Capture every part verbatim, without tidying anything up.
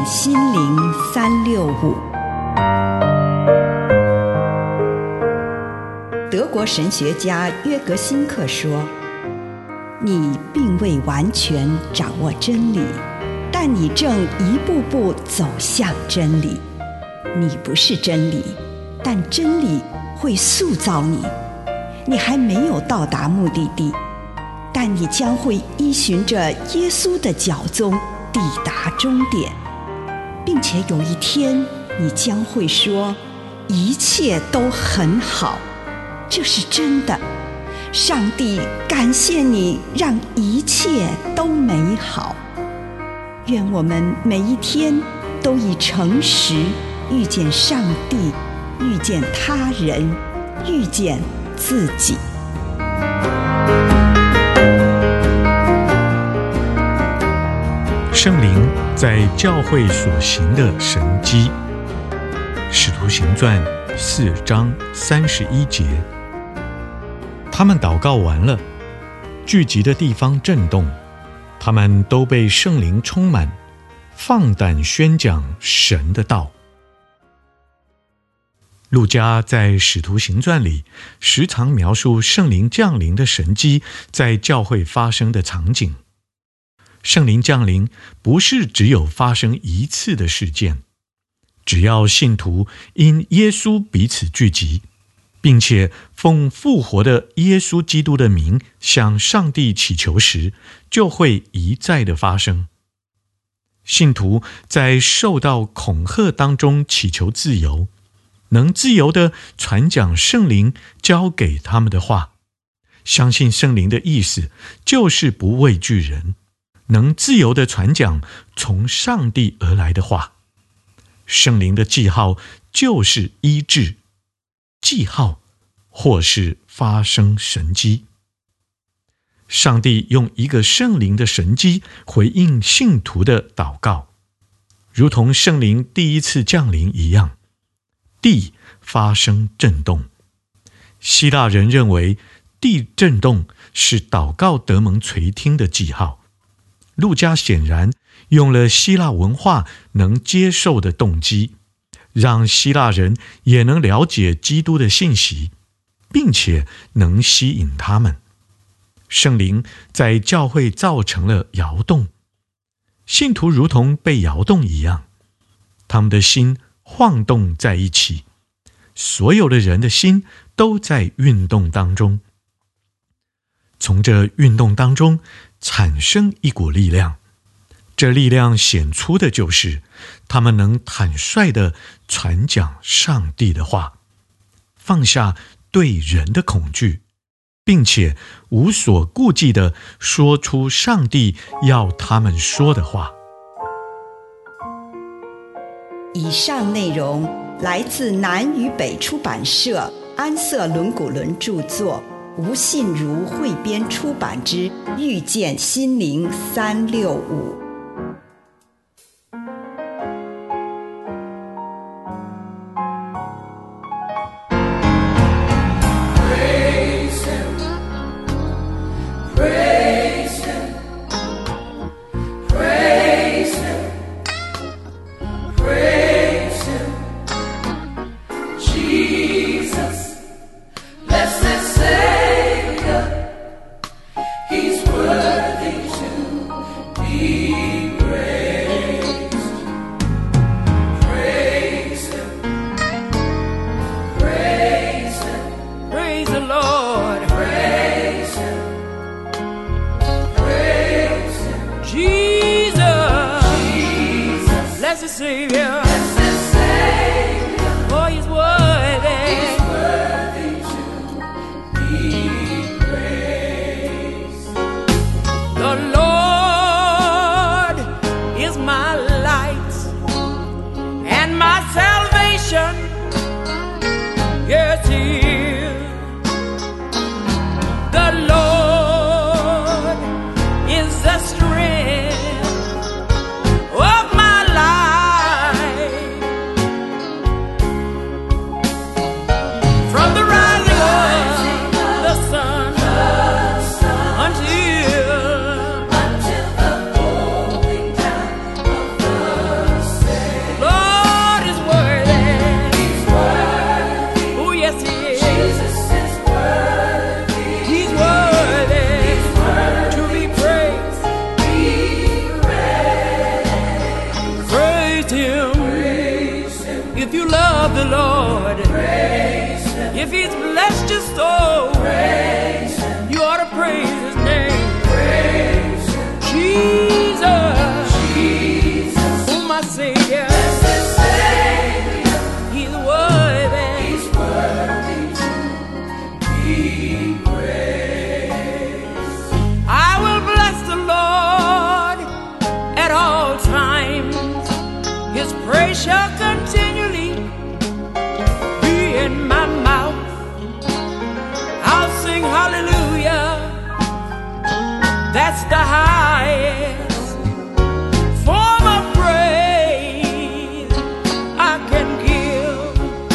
心灵三六五。德国神学家约格辛克说，你并未完全掌握真理，但你正一步步走向真理。你不是真理，但真理会塑造你。你还没有到达目的地，但你将会依循着耶稣的脚踪抵达终点，并且有一天你将会说，一切都很好。这是真的。上帝感谢你，让一切都美好。愿我们每一天都以诚实遇见上帝，遇见他人，遇见自己。 圣灵在教会所行的神迹，使徒行传四章三十一节。他们祷告完了，聚集的地方震动，他们都被圣灵充满，放胆宣讲神的道。路加在使徒行传里时常描述圣灵降临的神迹在教会发生的场景。圣灵降临不是只有发生一次的事件，只要信徒因耶稣彼此聚集，并且奉复活的耶稣基督的名向上帝祈求时，就会一再的发生。信徒在受到恐吓当中祈求自由，能自由地传讲圣灵交给他们的话，相信圣灵的意思就是不畏惧人，能自由地传讲从上帝而来的话。圣灵的记号就是医治、记号或是发生神迹。上帝用一个圣灵的神迹回应信徒的祷告，如同圣灵第一次降临一样，地发生震动。希腊人认为地震动是祷告得蒙垂听的记号。路加显然用了希腊文化能接受的动机，让希腊人也能了解基督的信息，并且能吸引他们。圣灵在教会造成了摇动，信徒如同被摇动一样，他们的心晃动在一起，所有的人的心都在运动当中。从这运动当中产生一股力量，这力量显出的就是他们能坦率地传讲上帝的话，放下对人的恐惧，并且无所顾忌地说出上帝要他们说的话。 以上内容来自南与北出版社安瑟伦古伦著作，吴信如汇编出版之《遇见心灵三六五》。 Savior, for He's worthy, He's worthy to be praised. The Lord is my light and my salvation. Yes, He is. The Lord is the strength of my life. From the rising of the sun until until the going down of the the Lord. If He's blessed your soul, you ought to praise His name. Jesus, oh my Savior, He's worthy. He's worthy to be praised. I will bless the Lord at all times. His praise shall continually be in my mouth. I'll sing hallelujah. That's the highest form of praise I can give.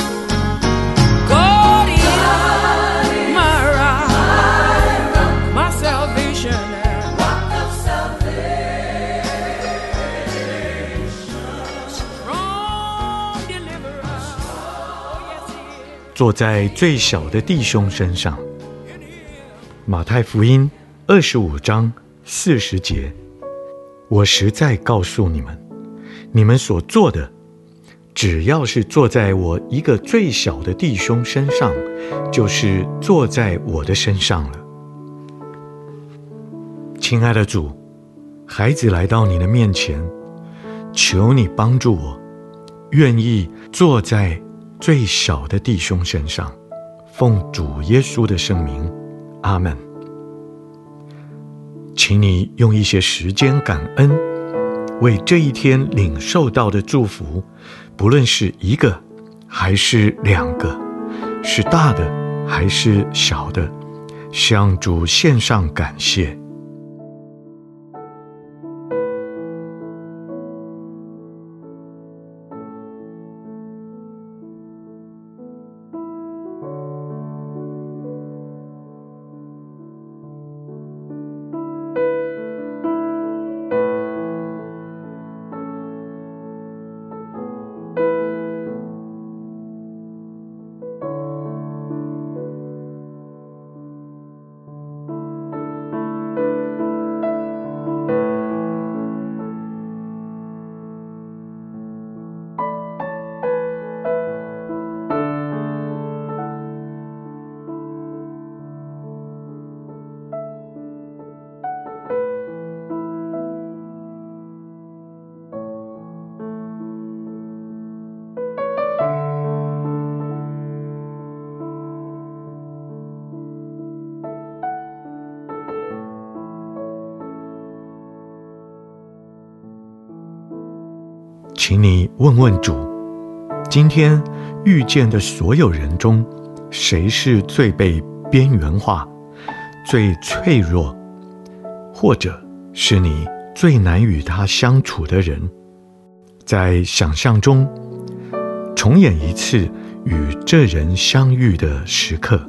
God is my rock, my salvation, rock of salvation, strong deliverer. Oh yes, He is. 坐在最小的弟兄身上。马太福音二十五章四十节，我实在告诉你们，你们所做的，只要是坐在我一个最小的弟兄身上，就是坐在我的身上了。亲爱的主，孩子来到你的面前，求你帮助我，愿意坐在最小的弟兄身上，奉主耶稣的圣名，阿们。请你用一些时间感恩，为这一天领受到的祝福，不论是一个还是两个，是大的还是小的，向主献上感谢。请你问问主，今天遇见的所有人中，谁是最被边缘化、最脆弱，或者是你最难与他相处的人？在想象中重演一次与这人相遇的时刻。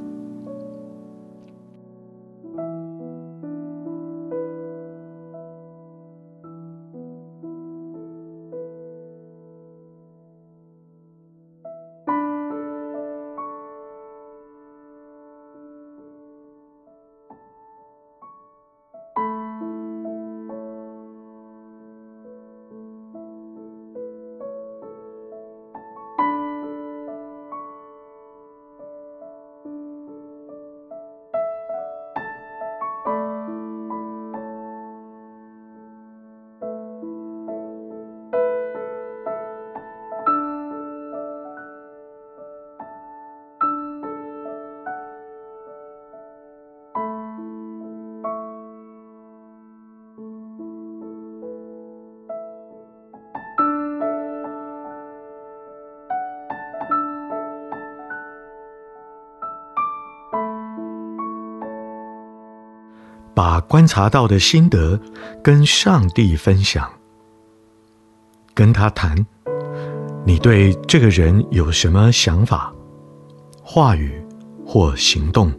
把观察到的心得跟上帝分享，跟他谈，你对这个人有什么想法、话语或行动？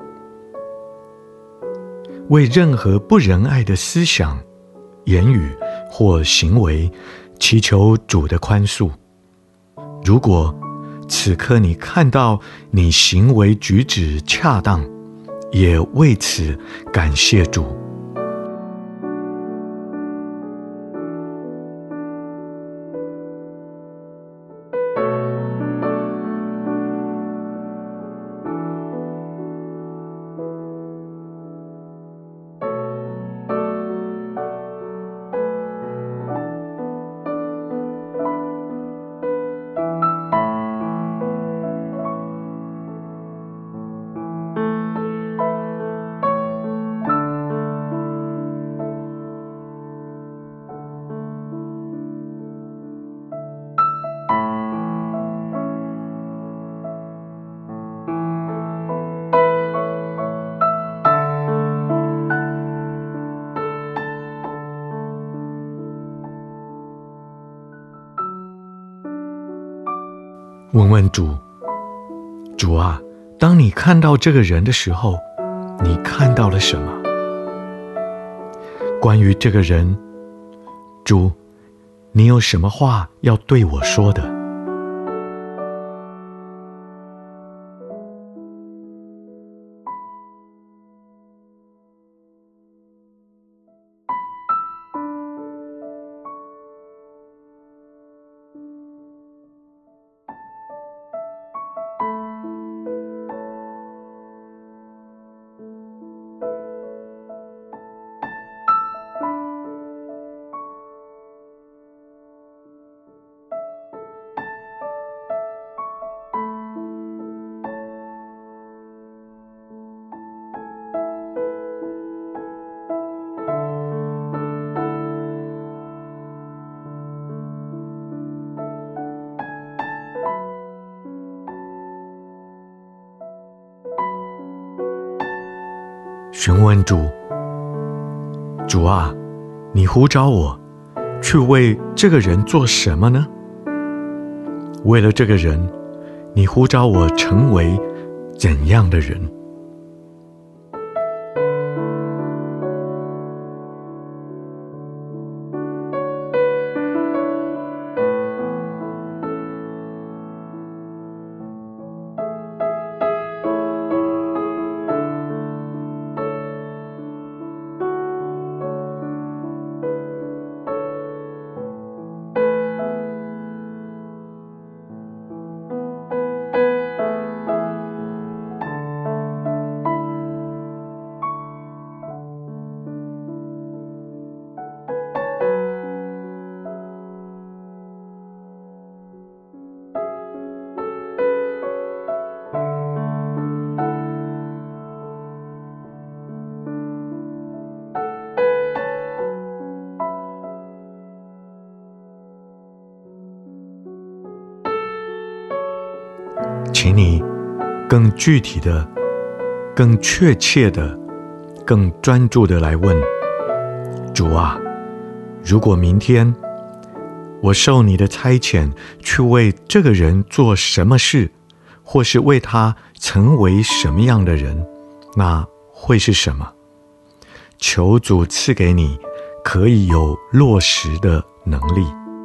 为任何不仁爱的思想、言语或行为祈求主的宽恕。如果此刻你看到你行为举止恰当，也为此感谢主。 问问主，主啊，当你看到这个人的时候，你看到了什么？关于这个人，主，你有什么话要对我说的？询问主，主啊，你呼召我去为这个人做什么呢？为了这个人，你呼召我成为怎样的人？请你更具体的、更确切的、更专注的来问，主啊，如果明天我受你的差遣去为这个人做什么事，或是为他成为什么样的人，那会是什么？求主赐给你可以有落实的能力。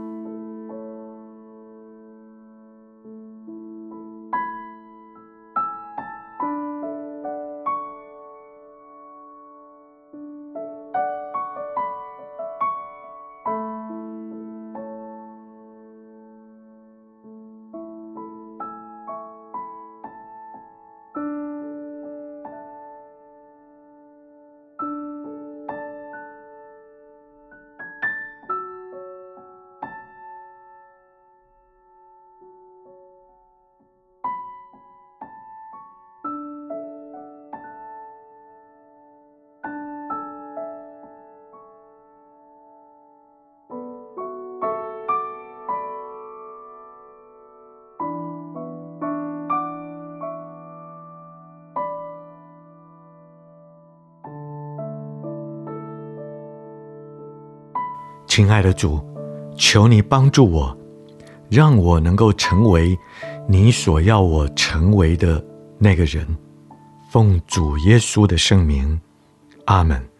亲爱的主，求你帮助我，让我能够成为你所要我成为的那个人。奉主耶稣的圣名，阿们。